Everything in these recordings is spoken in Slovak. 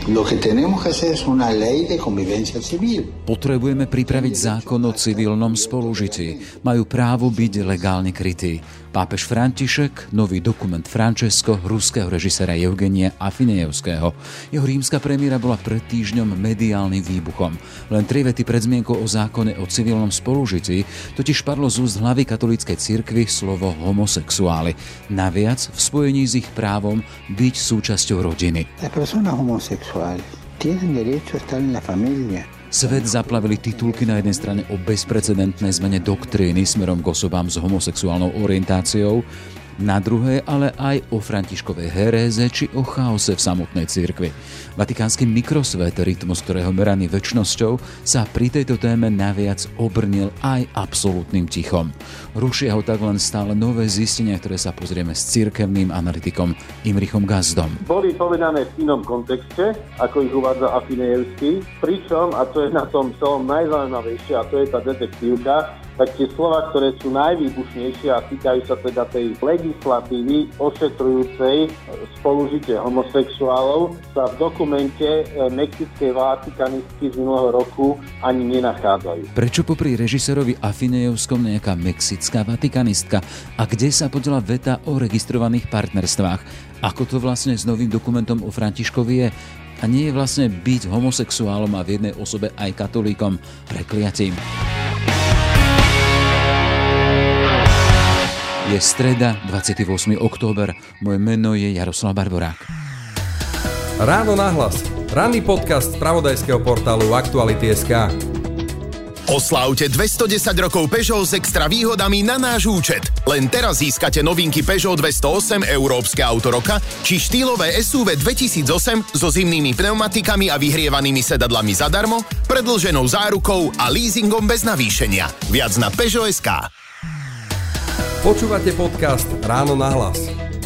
Lo que tenemos que hacer es una ley de convivencia civil. Potrebujeme pripraviť zákon o civilnom spolužití. Majú právo byť legálne krytí. Pápež František, nový dokument Francesco, ruského režisera Evgenia Afinejevského. Jeho rímska premiéra bola pred týždňom mediálnym výbuchom. Len 3 vety pred zmienkou o zákone o civilnom spolužití totiž padlo z úst hlavy katolíckej cirkvi slovo homosexuáli. Naviac v spojení s ich právom byť súčasťou rodiny. Las personas homosexuales tienen derecho a estar en la familia. Svet zaplavili titulky na jednej strane o bezprecedentnej zmene doktríny smerom k osobám s homosexuálnou orientáciou, na druhej ale aj o Františkovej heréze či o chaose v samotnej cirkvi. Vatikánsky mikrosvet, rytmus ktorého meraný večnosťou, sa pri tejto téme naviac obrnil aj absolútnym tichom. Rušia ho tak len stále nové zistenia, ktoré sa pozrieme s cirkevným analytikom Imrichom Gazdom. Boli povedané v inom kontexte, ako ich uvádza Afinejevský, pričom, a to je na tom celom najzaujímavejšie, a to je tá detektívka, tak tie slova, ktoré sú najvýbušnejšie a týkajú sa teda tej legislatívy ošetrujúcej spolužitie homosexuálov, sa v dokumente mexickej vatikanistky z minulého roku ani nenachádzajú. Prečo popri režisérovi Afinejevskom nejaká mexická vatikanistka? A kde sa podiela veta o registrovaných partnerstvách? Ako to vlastne s novým dokumentom o Františkovi je? A nie je vlastne byť homosexuálom a v jednej osobe aj katolíkom prekliatím? Je streda, 28. október. Moje meno je Jaroslav Barborák. Ráno nahlas. Ranný podcast z spravodajského portálu Aktuality.sk. Oslávte 210 rokov Peugeot s extra výhodami na náš účet. Len teraz získate novinky Peugeot 208 Európske auto roka či štýlové SUV 2008 so zimnými pneumatikami a vyhrievanými sedadlami zadarmo, predĺženou zárukou a leasingom bez navýšenia. Viac na Peugeot.sk. Počúvate podcast Ráno nahlas.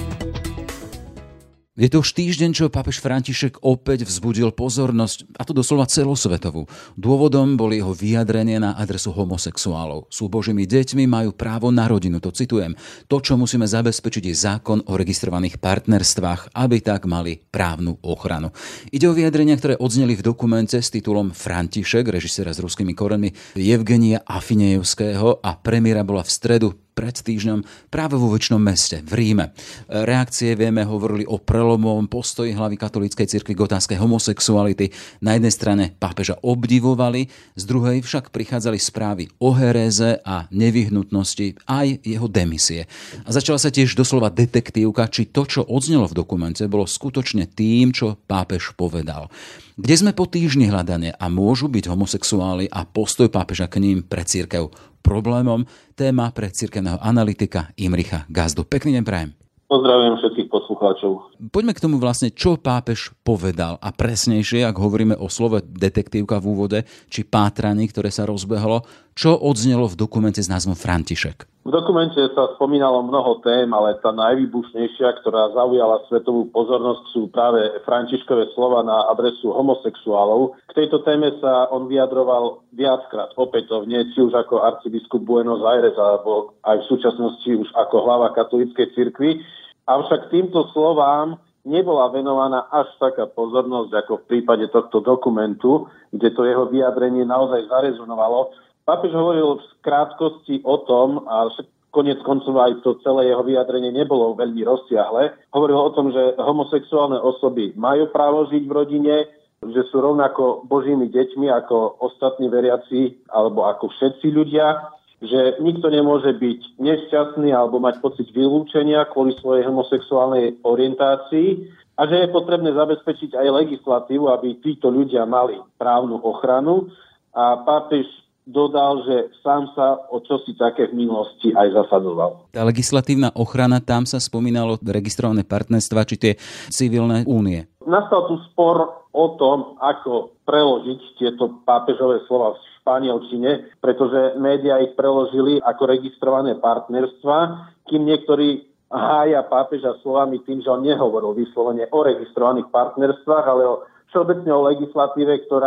Je to už týždeň, čo pápež František opäť vzbudil pozornosť, a to doslova celosvetovú. Dôvodom boli jeho vyjadrenia na adresu homosexuálov. Sú Božími deťmi, majú právo na rodinu, to citujem. To, čo musíme zabezpečiť, je zákon o registrovaných partnerstvách, aby tak mali právnu ochranu. Ide o vyjadrenia, ktoré odzneli v dokumente s titulom František, režiséra s ruskými koreňmi Evgenia Afinejevského, a premiéra bola v stredu pred týždňom práve vo Večnom meste, v Ríme. Reakcie, vieme, hovorili o prelomovom postoji hlavy katolíckej cirkvi k otázke homosexuality. Na jednej strane pápeža obdivovali, z druhej však prichádzali správy o heréze a nevyhnutnosti aj jeho demisie. A začala sa tiež doslova detektívka, či to, čo odznelo v dokumente, bolo skutočne tým, čo pápež povedal. Kde sme po týždni hľadania a môžu byť homosexuáli a postoj pápeža k ním pre cirkev problémom? Téma pre cirkevného analytika Imricha Gazdu. Pekný deň prajem. Pozdravujem všetkých poslucháčov. Poďme k tomu vlastne, čo pápež povedal. A presnejšie, ak hovoríme o slove detektívka v úvode, či pátraní, ktoré sa rozbehlo, čo odznelo v dokumente s názvom František? V dokumente sa spomínalo mnoho tém, ale tá najvýbušnejšia, ktorá zaujala svetovú pozornosť, sú práve Františkové slova na adresu homosexuálov. K tejto téme sa on vyjadroval viackrát opätovne, či už ako arcibiskup Buenos Aires, alebo aj v súčasnosti už ako hlava katolíckej cirkvi. Avšak týmto slovám nebola venovaná až taká pozornosť, ako v prípade tohto dokumentu, kde to jeho vyjadrenie naozaj zarezonovalo. Pápež hovoril v krátkosti o tom, a koniec koncov aj to celé jeho vyjadrenie nebolo veľmi rozsiahle. Hovoril o tom, že homosexuálne osoby majú právo žiť v rodine, že sú rovnako Božími deťmi ako ostatní veriaci alebo ako všetci ľudia, že nikto nemôže byť nešťastný alebo mať pocit vylúčenia kvôli svojej homosexuálnej orientácii a že je potrebné zabezpečiť aj legislatívu, aby títo ľudia mali právnu ochranu. A pápež dodal, že sám sa o čosi také v minulosti aj zasadzoval. Tá legislatívna ochrana, tam sa spomínalo registrované partnerstva, či tie civilné únie. Nastal tu spor o tom, ako preložiť tieto pápežové slova v španielčine, pretože médiá ich preložili ako registrované partnerstva, kým niektorí hája pápeža slovami tým, že on nehovoril vyslovene o registrovaných partnerstvách, ale všeobecne o legislatíve, ktorá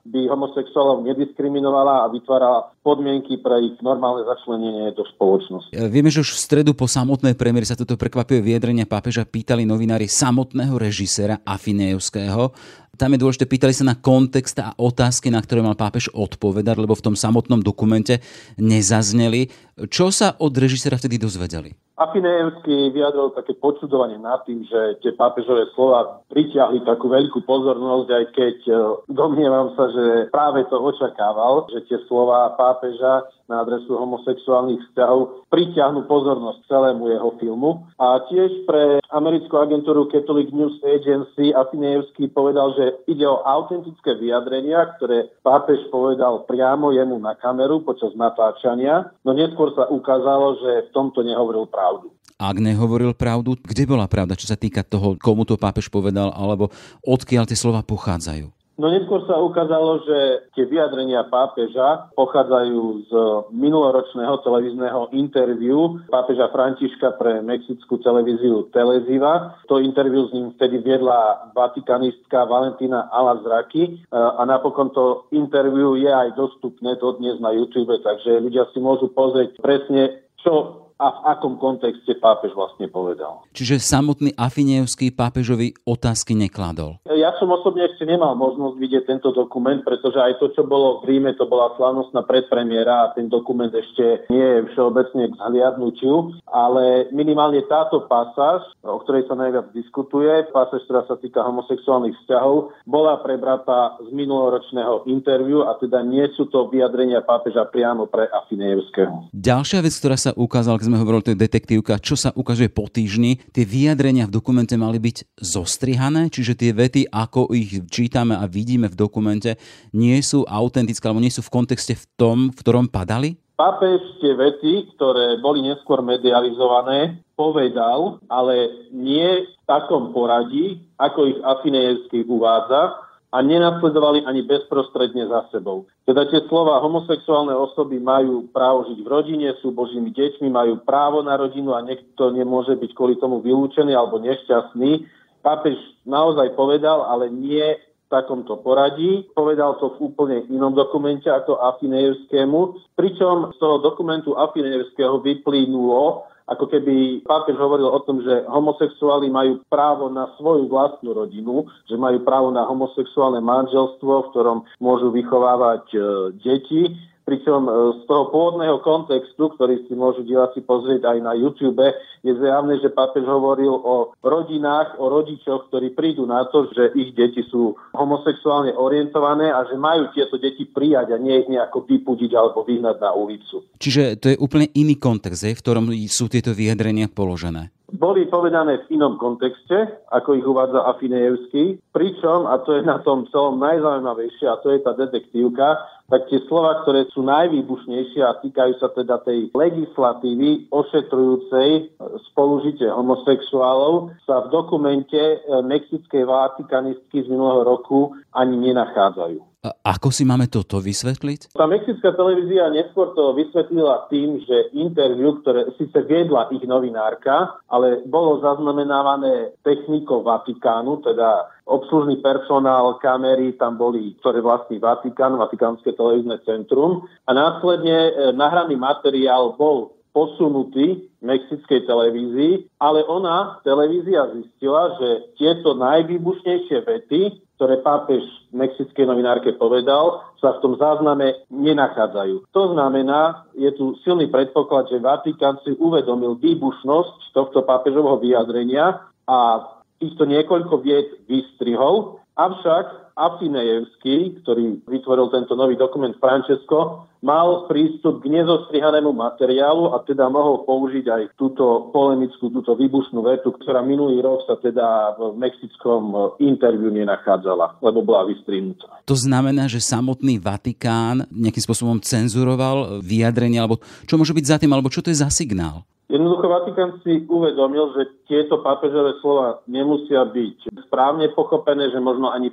by homosexuálov nediskriminovala a vytvárala podmienky pre ich normálne začlenenie do spoločnosti. Vieme, že už v stredu po samotnej premiére sa toto prekvapivé vyjadrenie pápeža pýtali novinári samotného režiséra Afinejevského. Tam je dôležité, pýtali sa na kontext a otázky, na ktoré mal pápež odpovedať, lebo v tom samotnom dokumente nezazneli. Čo sa od režiséra vtedy dozvedeli? Afinejevský vyjadril také počudovanie nad tým, že tie pápežové slova pritiahli takú veľkú pozornosť, aj keď domnievam sa, že práve to očakával, že tie slova pápeža na adresu homosexuálnych vzťahov pritiahnu pozornosť celému jeho filmu. A tiež pre americkú agentúru Catholic News Agency Afinejevský povedal, že ide o autentické vyjadrenia, ktoré pápež povedal priamo jemu na kameru počas natáčania, no neskôr sa ukázalo, že v tomto nehovoril pravdu. Ak nehovoril pravdu, kde bola pravda, čo sa týka toho, komu to pápež povedal, alebo odkiaľ tie slova pochádzajú? No neskôr sa ukázalo, že tie vyjadrenia pápeža pochádzajú z minuloročného televízneho interviu pápeža Františka pre mexickú televíziu Teleziva. To interviu s ním vtedy viedla vatikanistka Valentina Alazraqui a napokon to interviu je aj dostupné dodnes na YouTube, takže ľudia si môžu pozrieť presne, čo a v akom kontexte pápež vlastne povedal. Čiže samotný Afinejevský pápežovi otázky nekladol. Ja som osobne ešte nemal možnosť vidieť tento dokument, pretože aj to, čo bolo v Ríme, to bola slávnostná predpremiéra a ten dokument ešte nie je všeobecne k zhliadnutiu, ale minimálne táto pasáž, o ktorej sa najviac diskutuje, pasáž, ktorá sa týka homosexuálnych vzťahov, bola prebratá z minuloročného interviu a teda nie sú to vyjadrenia pápeža priamo pre Afinejevského. Ďalšia vec, ktorá sa ukázala, keď sme hovorili, to je detektívka, čo sa ukazuje po týždni, tie vyjadrenia v dokumente mali byť zostrihané, čiže tie vety, ako ich čítame a vidíme v dokumente, nie sú autentické, alebo nie sú v kontexte v tom, v ktorom padali? Pápež tie vety, ktoré boli neskôr medializované, povedal, ale nie v takom poradí, ako ich Afinejevský uvádza, a nenasledovali ani bezprostredne za sebou. Teda tie slova homosexuálne osoby majú právo žiť v rodine, sú Božími deťmi, majú právo na rodinu a niekto nemôže byť kvôli tomu vylúčený alebo nešťastný. Pápež naozaj povedal, ale nie v takomto poradí. Povedal to v úplne inom dokumente ako Afinejevskému, pričom z toho dokumentu Afinejevského vyplynulo, ako keby pápež hovoril o tom, že homosexuáli majú právo na svoju vlastnú rodinu, že majú právo na homosexuálne manželstvo, v ktorom môžu vychovávať deti. Pričom z toho pôvodného kontextu, ktorý si môžu diváci pozrieť aj na YouTube, je zjavné, že pápež hovoril o rodinách, o rodičoch, ktorí prídu na to, že ich deti sú homosexuálne orientované a že majú tieto deti prijať a nie ich nejako vypudiť alebo vyhnať na ulicu. Čiže to je úplne iný kontext, v ktorom sú tieto vyjadrenia položené. Boli povedané v inom kontexte, ako ich uvádza Afinejevský, pričom, a to je na tom celom najzaujímavejšie, a to je tá detektívka, tak tie slova, ktoré sú najvýbušnejšie a týkajú sa teda tej legislatívy ošetrujúcej spolužitie homosexuálov, sa v dokumente mexickej vatikanistky z minulého roku ani nenachádzajú. A ako si máme toto vysvetliť? Tá mexická televízia neskôr to vysvetlila tým, že interview, ktoré síce viedla ich novinárka, ale bolo zaznamenávané technikou Vatikánu, teda obslužný personál, kamery tam boli, ktoré vlastní Vatikán, Vatikánske televízne centrum. A následne nahraný materiál bol posunutý mexickej televízii, ale televízia zistila, že tieto najvýbušnejšie vety, ktoré pápež mexickej novinárke povedal, sa v tom zázname nenachádzajú. To znamená, je tu silný predpoklad, že Vatikán si uvedomil výbušnosť tohto pápežovho vyjadrenia a týchto niekoľko vied vystrihol, avšak Afinejevský, ktorý vytvoril tento nový dokument Francesco, mal prístup k nezostrihanému materiálu a teda mohol použiť aj túto polemickú, túto výbušnú vetu, ktorá minulý rok sa teda v mexickom interviu nenachádzala, lebo bola vystrihnutá. To znamená, že samotný Vatikán nejakým spôsobom cenzuroval vyjadrenie, alebo čo môže byť za tým, alebo čo to je za signál? Jednoducho Vatikán si uvedomil, že tieto pápežové slova nemusia byť správne pochopené, že možno ani pápež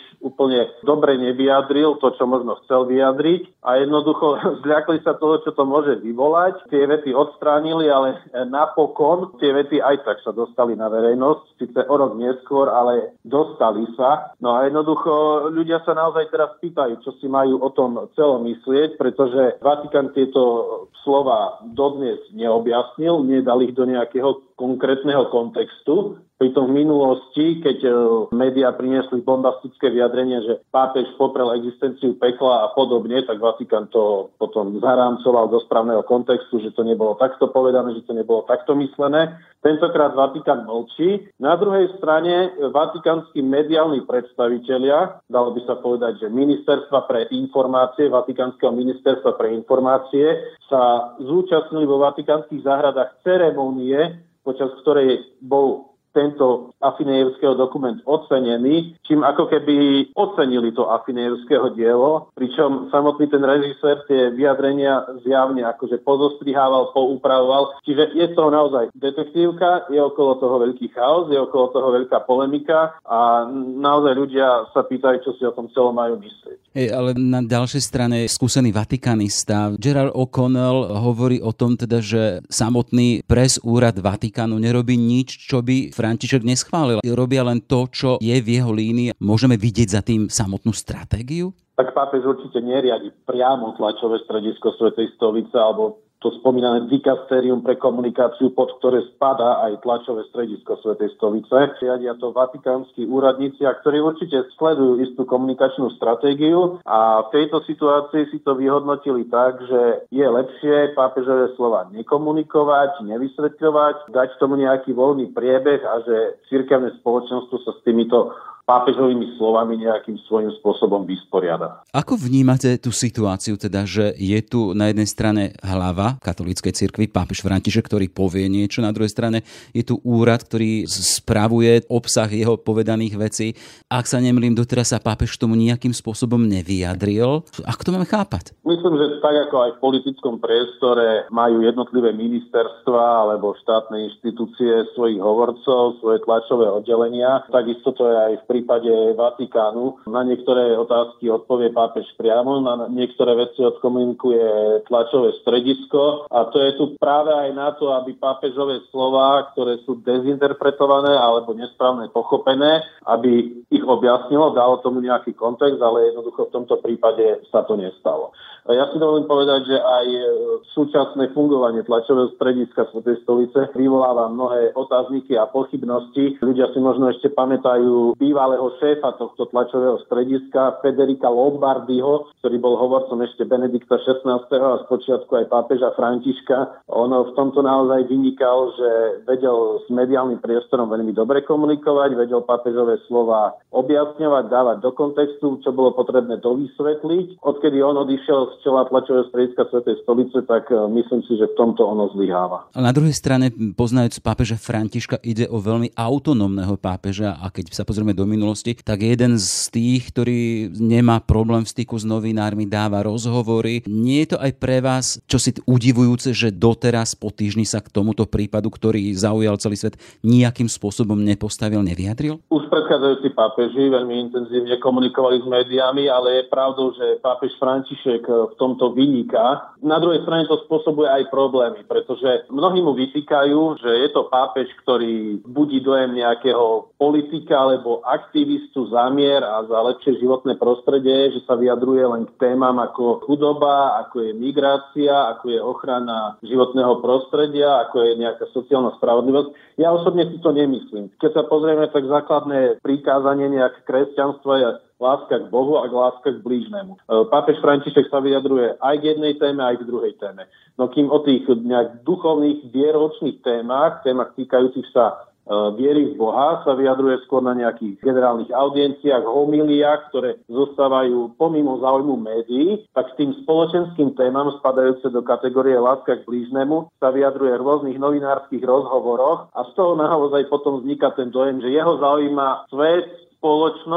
úplne dobre nevyjadril to, čo možno chcel vyjadriť a jednoducho zľakli sa toho, čo to môže vyvolať. Tie vety odstránili, ale napokon tie vety aj tak sa dostali na verejnosť, síce o rok neskôr, ale dostali sa. No a jednoducho ľudia sa naozaj teraz pýtajú, čo si majú o tom celom myslieť, pretože Vatikán tieto slova dodnes neobjasnil, nedal ich do nejakého konkrétneho kontextu. Pritom v minulosti, keď médiá priniesli bombastické vyjadrenie, že pápež poprel existenciu pekla a podobne, tak Vatikán to potom zarámcoval do správneho kontextu, že to nebolo takto povedané, že to nebolo takto myslené. Tentokrát Vatikán mlčí. Na druhej strane vatikánsky mediálni predstavitelia, dalo by sa povedať, že ministerstva pre informácie, Vatikánskeho ministerstva pre informácie sa zúčastnili vo vatikánskych záhradách ceremonie, počas ktorej bol tento Afinejevského dokument ocenený, čím ako keby ocenili to Afinejevského dielo, pričom samotný ten režisér tie vyjadrenia zjavne akože pozostrihával, poupravoval. Čiže je to naozaj detektívka, je okolo toho veľký chaos, je okolo toho veľká polemika a naozaj ľudia sa pýtajú, čo si o tom celom majú myslieť. Ale na ďalšej strane skúsený vatikanista Gerald O'Connell hovorí o tom teda, že samotný pres úrad Vatikánu nerobí nič, čo by František neschválil. Robia len to, čo je v jeho línii. Môžeme vidieť za tým samotnú stratégiu? Tak pápež určite neriadi priamo tlačové stredisko Svätej stolice alebo to spomínané dikastérium pre komunikáciu, pod ktoré spadá aj tlačové stredisko Svätej stolice. Riadia to vatikánsky úradníci, ktorí určite sledujú istú komunikačnú stratégiu a v tejto situácii si to vyhodnotili tak, že je lepšie pápežové slova nekomunikovať, nevysvetľovať, dať tomu nejaký voľný priebeh a že cirkevné spoločenstvo sa s týmito pápežovými slovami nejakým svojím spôsobom vysporiada. Ako vnímate tú situáciu, teda, že je tu na jednej strane hlava katolíckej cirkvi, pápež František, ktorý povie niečo, na druhej strane je tu úrad, ktorý spravuje obsah jeho povedaných vecí. Ak sa nemýlim, doteraz sa pápež tomu nejakým spôsobom nevyjadril. Ako to máme chápať? Myslím, že tak ako aj v politickom priestore majú jednotlivé ministerstva alebo štátne inštitúcie svojich hovorcov, svoje tlačové oddelenia, takisto to je aj v prípade Vatikánu. Na niektoré otázky odpovie pápež priamo, na niektoré veci odkomunikuje tlačové stredisko a to je tu práve aj na to, aby pápežové slová, ktoré sú dezinterpretované alebo nesprávne pochopené, aby ich objasnilo, dalo tomu nejaký kontext, ale jednoducho v tomto prípade sa to nestalo. Ja si dovolím povedať, že aj súčasné fungovanie tlačového strediska Svätej stolice vyvoláva mnohé otázniky a pochybnosti. Ľudia si možno ešte pamätajú bývalého šéfa tohto tlačového strediska Federica Lombardiho, ktorý bol hovorcom ešte Benedikta XVI. A spočiatku aj pápeža Františka. On v tomto naozaj vynikal, že vedel s mediálnym priestorom veľmi dobre komunikovať, vedel pápežové slova objasňovať, dávať do kontextu, čo bolo potrebné dovysvetliť. Odkedy on odišiel z čela tlačového strediska Svätej stolice, tak myslím si, že v tomto ono zlyháva. A na druhej strane, poznajúc pápeža Františka, ide o veľmi autonómneho pápeža a keď sa pozrieme do minulosti, tak jeden z tých, ktorý nemá problém v styku s novinármi, dáva rozhovory. Nie je to aj pre vás čosi udivujúce, že doteraz po týždni sa k tomuto prípadu, ktorý zaujal celý svet, nejakým spôsobom nepostavil, nevyjadril? Už predchádzajúci pápeži veľmi intenzívne komunikovali s médiami, ale je pravdou, že pápež František v tomto vyniká. Na druhej strane to spôsobuje aj problémy, pretože mnohí mu vytýkajú, že je to pápež, ktorý budí dojem nejakého politika alebo aktivistu za mier a za lepšie životné prostredie, že sa vyjadruje len k témam ako chudoba, ako je migrácia, ako je ochrana životného prostredia, ako je nejaká sociálna spravodlivosť. Ja osobne si to nemyslím. Keď sa pozrieme, tak základné prikázanie nejaké kresťanstva je láska k Bohu a láska k blížnemu. Pápež František sa vyjadruje aj k jednej téme, aj k druhej téme. No kým o tých nejak duchovných, vieročných témach týkajúcich sa viery v Boha sa vyjadruje skôr na nejakých generálnych audienciách, homíliách, ktoré zostávajú pomimo záujmu médií, tak k tým spoločenským témam spadajúce do kategórie láska k blížnemu sa vyjadruje v rôznych novinárskych rozhovoroch a z toho naozaj potom vzniká ten dojem, že jeho zaujíma svet, spoločnosť,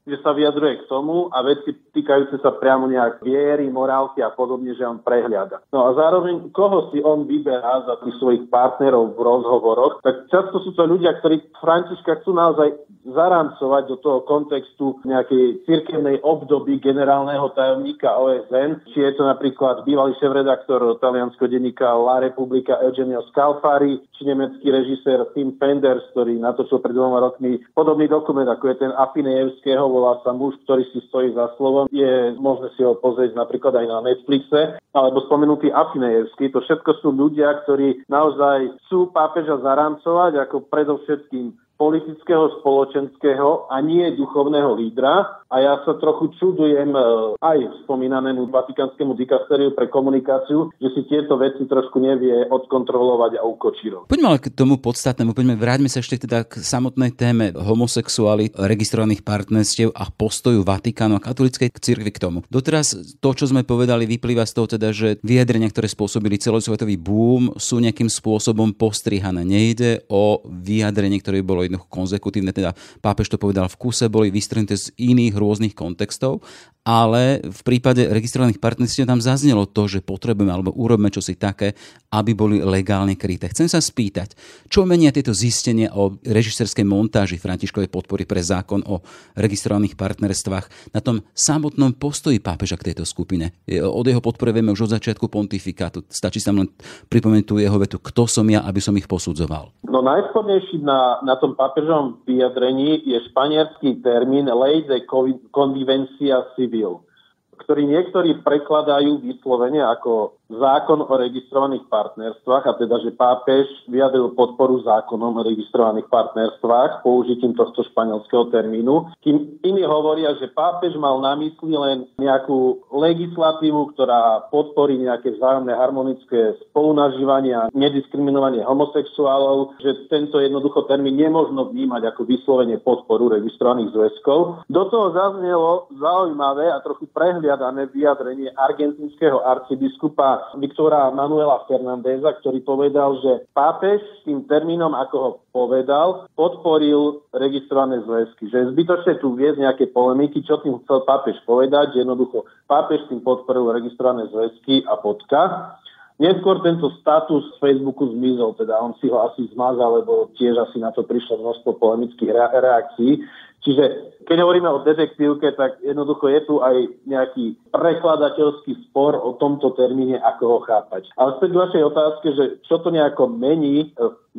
že sa vyjadruje k tomu a veci týkajúce sa priamo nejak viery, morálky a podobne, že on prehliada. No a zároveň, koho si on vyberá za tých svojich partnerov v rozhovoroch, tak často sú to ľudia, ktorí Františka chcú naozaj zaramcovať do toho kontextu nejakej cirkevnej obdoby generálneho tajomníka OSN, či je to napríklad bývalý šéfredaktor talianskeho denníka La Repubblica Eugenio Scalfari, či nemecký režisér Tim Penders, ktorý natočil pred 2 rokmi podobný dokument, ako je ten Afinejevského, volá sa Muž, ktorý si stojí za slovom. Je možné si ho pozrieť napríklad aj na Netflixe, alebo spomenutý Afinejevský. To všetko sú ľudia, ktorí naozaj chcú pápeža zaramcovať ako predovšetkým politického, spoločenského a nie duchovného lídra. A ja sa trochu čudujem aj spomínanému Vatikánskému dikasteriu pre komunikáciu, že si tieto veci trošku nevie odkontrolovať a ukočírovať. Poďme ale k tomu podstatnému. Vráťme sa ešte teda k samotnej téme homosexuality, registrovaných partnerstiev a postoju Vatikánu a katolíckej cirkvi k tomu. Doteraz to, čo sme povedali, vyplýva z toho teda, že vyjadrenia, ktoré spôsobili celosvetový boom, sú nejakým spôsobom postrihané. Nejde o vyjadrenie, ktoré bolo jednoducho konzekutívne, teda pápež to povedal v kuse, boli vystrhnuté z iných rôznych kontextov, ale v prípade registrovaných partnerstiev tam zaznelo to, že potrebujeme alebo urobíme čosi také, aby boli legálne kryté. Chcem sa spýtať, čo menia tieto zistenia o režisérskej montáži Františkovej podpory pre zákon o registrovaných partnerstvách na tom samotnom postoji pápeža k tejto skupine? Od jeho podpore vieme už od začiatku pontifikátu. Stačí sa len pripomenúť tú jeho vetu, kto som ja, aby som ich posudzoval. No najspornejší na tom pápežovom vyjadrení je španielský termín ley de convivencia civil, ktorý niektorí prekladajú vyslovene ako zákon o registrovaných partnerstvách, a teda, že pápež vyjadril podporu zákonom o registrovaných partnerstvách použitím tohto španielského termínu. Kým iní hovoria, že pápež mal na mysli len nejakú legislatívu, ktorá podporí nejaké vzájomné harmonické spolunažívanie a nediskriminovanie homosexuálov, že tento jednoducho termín nemožno vnímať ako vyslovene podporu registrovaných zväzkov. Do toho zaznelo zaujímavé a trochu prehliadané vyjadrenie argentínskeho arcibiskupa Viktora Manuela Fernandeza, ktorý povedal, že pápež tým termínom, ako ho povedal, podporil registrované zväzky. Že je zbytočné tu viesť nejaké polemiky, čo tým chcel pápež povedať, že jednoducho pápež tým podporil registrované zväzky a bodka. Neskôr tento status z Facebooku zmizol, teda on si ho asi zmazal, lebo tiež asi na to prišlo množstvo polemických reakcií. Čiže keď hovoríme o detektívke, tak jednoducho je tu aj nejaký prekladateľský spor o tomto termíne, ako ho chápať. Ale späť k vašej otázke, že čo to nejako mení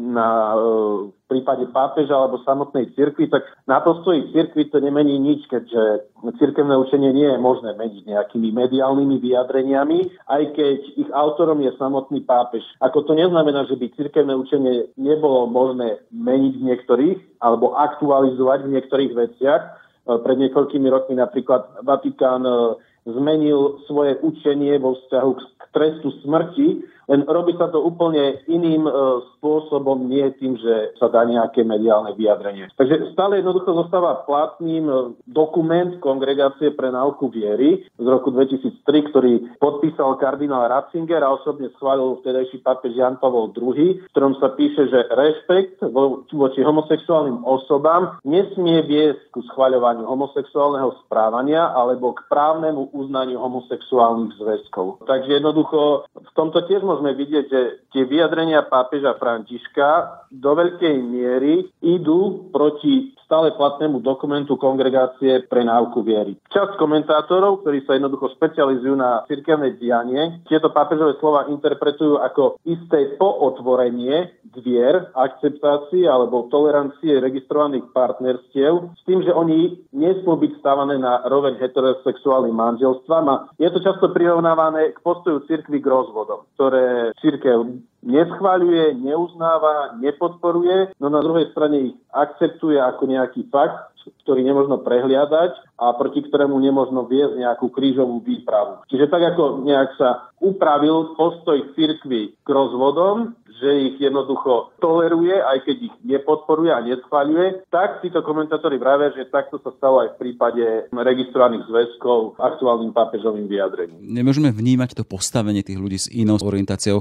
v prípade pápeža alebo samotnej cirkvi, tak na postoji cirkvi to nemení nič, keďže cirkevné učenie nie je možné meniť nejakými mediálnymi vyjadreniami, aj keď ich autorom je samotný pápež. Ako to neznamená, že by cirkevné učenie nebolo možné meniť v niektorých alebo aktualizovať v niektorých veciach. Pred niekoľkými rokmi napríklad Vatikán zmenil svoje učenie vo vzťahu k trestu smrti, len robí sa to úplne iným spôsobom, nie tým, že sa dá nejaké mediálne vyjadrenie. Takže stále jednoducho zostáva platným dokument Kongregácie pre náuku viery z roku 2003, ktorý podpísal kardinál Ratzinger a osobne schválil vtedajší pápež Jan Pavol II, v ktorom sa píše, že rešpekt voči homosexuálnym osobám nesmie viesť ku schvaľovaniu homosexuálneho správania alebo k právnemu uznaniu homosexuálnych zväzkov. Takže jednoducho v tomto tiež môžeme vidieť, že tie vyjadrenia pápeža Františka do veľkej miery idú proti stále platnému dokumentu Kongregácie pre náuku viery. Časť komentátorov, ktorí sa jednoducho špecializujú na cirkevné dianie, tieto pápežové slova interpretujú ako isté pootvorenie dvier akceptácie alebo tolerancie registrovaných partnerstiev s tým, že oni nesmú byť stávané na roveň heterosexuálnym manželstvám a je to často prirovnávané k postoju cirkvi k rozvodom, ktoré cirkev neschváľuje, neuznáva, nepodporuje, no na druhej strane ich akceptuje ako nejaký fakt, ktorý nemožno prehliadať a proti ktorému nemožno viesť nejakú krížovú výpravu. Čiže tak ako nejak sa upravil postoj cirkvi k rozvodom, že ich jednoducho toleruje, aj keď ich nepodporuje a neschváľuje, tak títo komentátori vravia, že takto sa stalo aj v prípade registrovaných zväzkov aktuálnym pápežovým vyjadrením. Nemôžeme vnímať to postavenie tých ľudí s inou orientáciou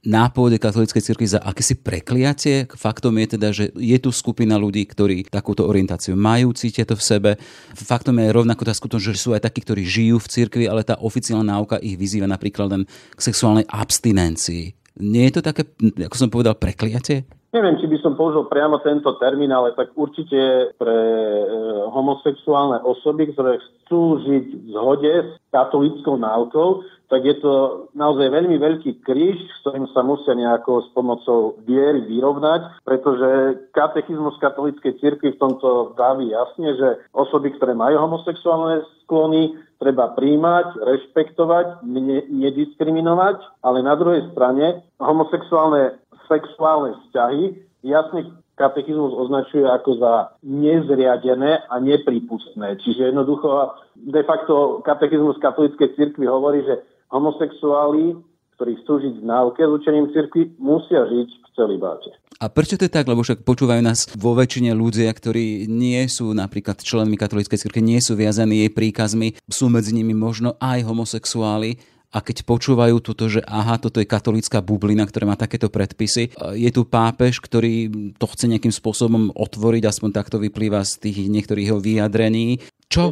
na pôde katolíckej cirkvi za akési prekliatie. Faktom je teda, že je tu skupina ľudí, ktorí takúto orientáciu majú, cítia to v sebe. Faktom je rovnako tá skutočnosť, že sú aj takí, ktorí žijú v cirkvi, ale tá oficiálna náuka ich vyzýva napríklad len k sexuálnej abstinencii. Nie je to také, ako som povedal, prekliatie? Neviem, či by som použil priamo tento termín, ale tak určite pre homosexuálne osoby, ktoré chcú žiť v zhode s katolíckou náukou, tak je to naozaj veľmi veľký kríž, s ktorým sa musia nejako s pomocou viery vyrovnať, pretože katechizmus katolíckej cirkvi v tomto dáví jasne, že osoby, ktoré majú homosexuálne sklony, treba prijímať, rešpektovať, nediskriminovať, ale na druhej strane homosexuálne sexuálne vzťahy jasne katechizmus označuje ako za nezriadené a nepripustné. Čiže jednoducho, de facto katechizmus katolíckej cirkvi hovorí, že homosexuáli, ktorí chcú žiť v náuke s učením cirkvi, musia žiť v celibáte. A prečo to je tak? Lebo však počúvajú nás vo väčšine ľudia, ktorí nie sú napríklad členmi katolíckej cirkvi, nie sú viazaní jej príkazmi, sú medzi nimi možno aj homosexuáli. A keď počúvajú toto, že aha, toto je katolícka bublina, ktorá má takéto predpisy, je tu pápež, ktorý to chce nejakým spôsobom otvoriť, aspoň takto vyplýva z tých niektorých jeho vyjadrení. Čo?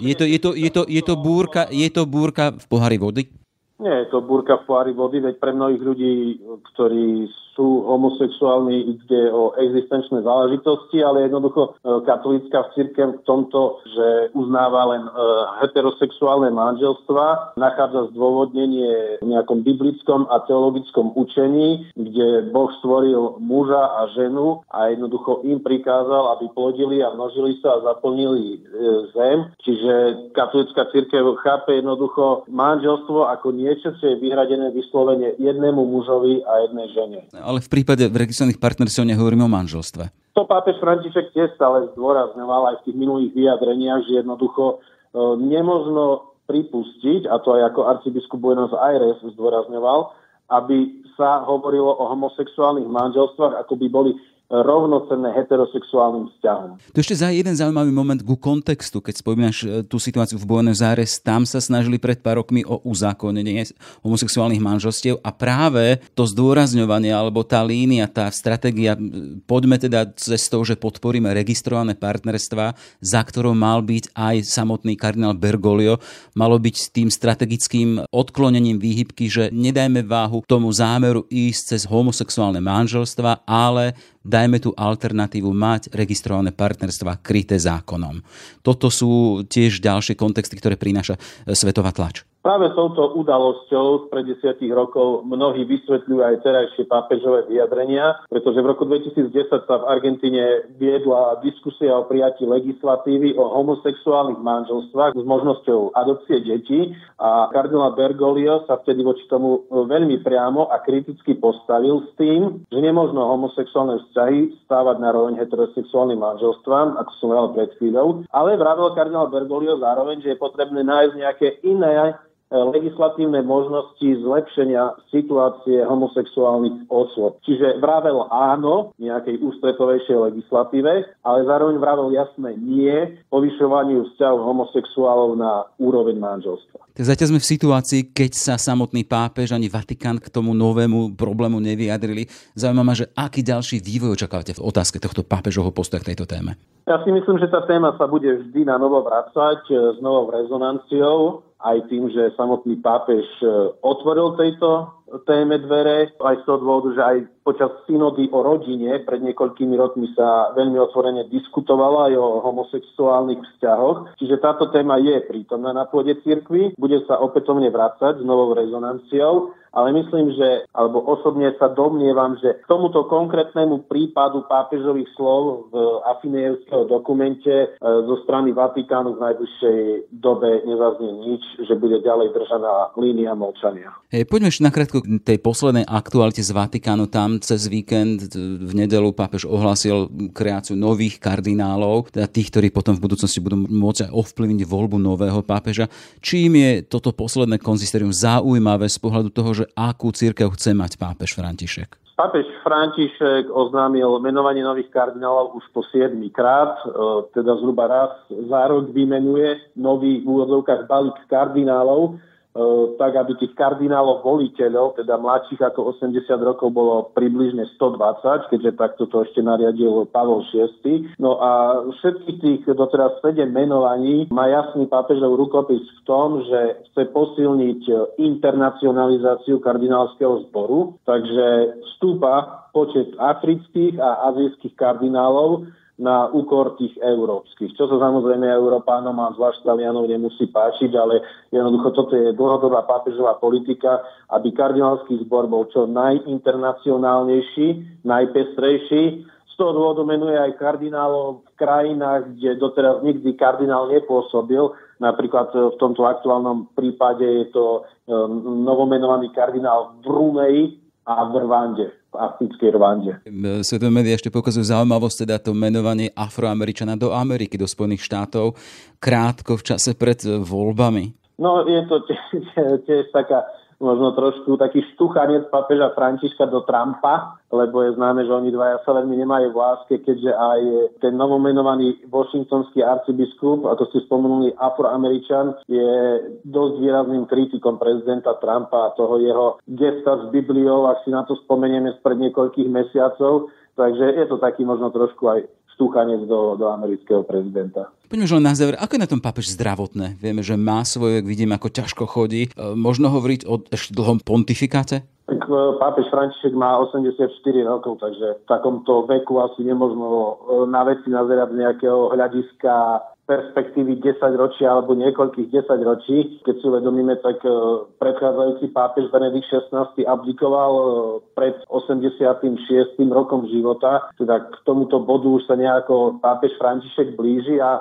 Je to búrka v pohári vody? Nie je to búrka v pohári vody, veď pre mnohých ľudí, ktorí sú homosexuálni, ide o existenčné záležitosti, ale jednoducho katolícka cirkev v tomto, že uznáva len heterosexuálne manželstva, nachádza zdôvodnenie v nejakom biblickom a teologickom učení, kde Boh stvoril muža a ženu a jednoducho im prikázal, aby plodili a množili sa a zaplnili zem. Čiže katolícka cirkev chápe jednoducho manželstvo ako niečo, čo je vyhradené vyslovene jednému mužovi a jednej žene. Ale v prípade registrovaných partnerstiev nehovoríme o manželstve. To pápež František tiež stále zdôrazňoval aj v tých minulých vyjadreniach, že jednoducho nemožno pripustiť, a to aj ako arcibiskup Buenos Aires zdôrazňoval, aby sa hovorilo o homosexuálnych manželstvách, ako by boli rovnocenné heterosexuálnym vzťahom. To ešte za jeden zaujímavý moment ku kontextu, keď spomínaš tú situáciu v Buenos Aires, tam sa snažili pred pár rokmi o uzákonenie homosexuálnych manželstiev a práve to zdôrazňovanie, alebo tá línia, tá stratégia, poďme teda cestou, že podporíme registrované partnerstva, za ktorou mal byť aj samotný kardinál Bergoglio, malo byť tým strategickým odklonením výhybky, že nedajme váhu tomu zámeru ísť cez homosexuálne manželstva, ale dajme tú alternatívu mať registrované partnerstvá kryté zákonom. Toto sú tiež ďalšie kontexty, ktoré prináša svetová tlač. Práve touto udalosťou spred 10 rokov mnohí vysvetľujú aj terajšie pápežové vyjadrenia, pretože v roku 2010 sa v Argentíne viedla diskusia o prijatí legislatívy o homosexuálnych manželstvách s možnosťou adopcie detí a kardinál Bergoglio sa vtedy voči tomu veľmi priamo a kriticky postavil s tým, že nemožno homosexuálne vzťahy stávať na roveň heterosexuálnym manželstvám, ako som povedal pred chvíľou, ale vravel kardinál Bergoglio zároveň, že je potrebné nájsť nejaké iné legislatívne možnosti zlepšenia situácie homosexuálnych osôb. Čiže vravel áno nejakej ústretovejšej legislatíve, ale zároveň vravel jasné nie povyšovaniu vzťahov homosexuálov na úroveň manželstva. Tak zatiaľ sme v situácii, keď sa samotný pápež ani Vatikán k tomu novému problému nevyjadrili. Zaujíma ma, že aký ďalší vývoj očakávate v otázke tohto pápežovho postoja k tejto téme? Ja si myslím, že tá téma sa bude vždy na novo vracať s novou rezonanciou, aj tým, že samotný pápež otvoril tejto téme dvere, aj z toho dôvodu, že aj počas synody o rodine pred niekoľkými rokmi sa veľmi otvorene diskutovalo aj o homosexuálnych vzťahoch. Čiže táto téma je prítomná na pôde cirkvi, bude sa opätovne vracať s novou rezonanciou, ale myslím, že, alebo osobne sa domnievam, že k tomuto konkrétnemu prípadu pápežových slov v afinejevského dokumente zo strany Vatikánu v najbližšej dobe nezaznie nič, že bude ďalej držaná línia mlčania. Poďme ešte nakrátko k tej poslednej aktualite z Vatikánu. Tam cez víkend v nedeľu pápež ohlásil kreáciu nových kardinálov, teda tých, ktorí potom v budúcnosti budú môcť ovplyvniť voľbu nového pápeža. Čím je toto posledné konzisterium zaujímavé z pohľadu toho, že akú cirkev chce mať pápež František? Pápež František oznámil menovanie nových kardinálov už po 7. krát, teda zhruba raz za rok vymenuje nový v úvodzovkách balík kardinálov. tak aby tých kardinálov voliteľov, teda mladších ako 80 rokov, bolo približne 120, keďže takto to ešte nariadil Pavol VI. No a všetkých tých doteraz 7 menovaní má jasný pápežov rukopis v tom, že chce posilniť internacionalizáciu kardinálskeho zboru, takže stúpa počet afrických a azijských kardinálov na úkor tých európskych. Čo sa samozrejme Európánom a zvlášť Talianov nemusí páčiť, ale jednoducho toto je dlhodobá pápežová politika, aby kardinálsky zbor bol čo najinternacionálnejší, najpestrejší. Z toho dôvodu menuje aj kardinálov v krajinách, kde doteraz nikdy kardinál nepôsobil. Napríklad v tomto aktuálnom prípade je to novomenovaný kardinál v Bruneji a v Rwande, v africkej Rwande. Svetové médiá ešte pokazujú zaujímavosť, teda to menovanie Afroameričana do Ameriky, do Spojených štátov, krátko v čase pred voľbami. No je to tiež taká, možno trošku taký štuchanec pápeža Františka do Trumpa, lebo je známe, že oni dvaja sa veľmi nemajú v láske, keďže aj ten novomenovaný washingtonský arcibiskup, ako ste spomenuli, Afroameričan, je dosť výrazným kritikom prezidenta Trumpa a toho jeho gesta s Bibliou, ak si na to spomenieme spred niekoľkých mesiacov. Takže je to taký možno trošku aj štúchanec do amerického prezidenta. Poďme už len na záver, ako je na tom pápež zdravotné? Vieme, že má svoje, vidím, ako ťažko chodí. Možno hovoriť o ešte dlhom pontifikáte? Tak pápež František má 84 rokov, takže v takomto veku asi nemožno na veci nazerať z nejakého hľadiska perspektívy 10 ročí alebo niekoľkých 10 ročí. Keď si uvedomíme, tak predchádzajúci pápež Benedikt XVI abdikoval pred 86. rokom života. Teda k tomuto bodu už sa nejako pápež František blíži a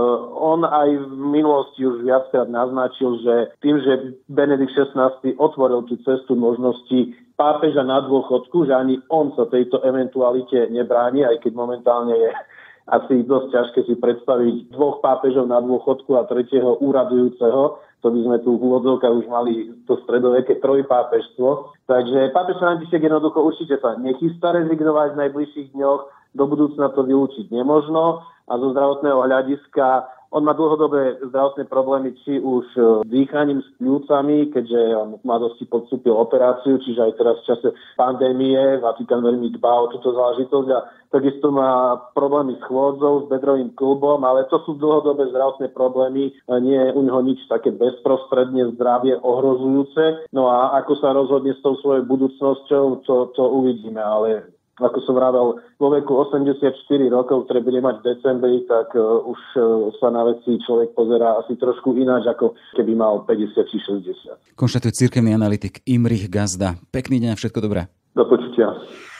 on aj v minulosti už viackrát naznačil, že tým, že Benedikt XVI otvoril tú cestu možnosti pápeža na dôchodku, že ani on sa tejto eventualite nebráni, aj keď momentálne je asi dosť ťažké si predstaviť dvoch pápežov na dôchodku a tretieho úradujúceho. To by sme tu v úvodzovkách už mali to stredoveké trojpápežstvo. Takže pápež František jednoducho určite sa nechystá rezignovať v najbližších dňoch. Do budúcna to vylúčiť nemožno a zo zdravotného hľadiska on má dlhodobé zdravotné problémy, či už dýchaním s pľúcami, keďže on má dosti podstúpil operáciu, čiže aj teraz v čase pandémie Vatikán veľmi dbá o túto záležitosť a takisto má problémy s chôdzou, s bedrovým klbom, ale to sú dlhodobé zdravotné problémy, nie je u neho nič také bezprostredne zdravie ohrozujúce. No a ako sa rozhodne s tou svojou budúcnosťou, to uvidíme, ale ako som vravel, vo veku 84 rokov, ktoré bude mať v decembri, tak už sa na veci človek pozerá asi trošku ináč, ako keby mal 50 či 60. Konštatuje cirkevný analytik Imrich Gazda. Pekný deň a všetko dobré. Do počutia.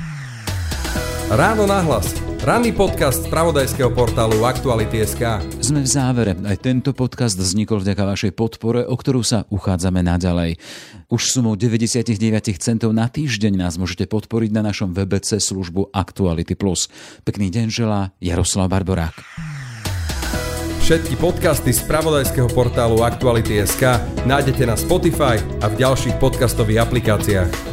Ráno nahlas. Ranný podcast z spravodajského portálu Aktuality.sk. Sme v závere. Aj tento podcast vznikol vďaka vašej podpore, o ktorú sa uchádzame naďalej. Už sumou 99 centov na týždeň nás môžete podporiť na našom webe cez službu Aktuality+. Pekný deň želá Jaroslav Barborák. Všetky podcasty z spravodajského portálu Aktuality.sk nájdete na Spotify a v ďalších podcastových aplikáciách.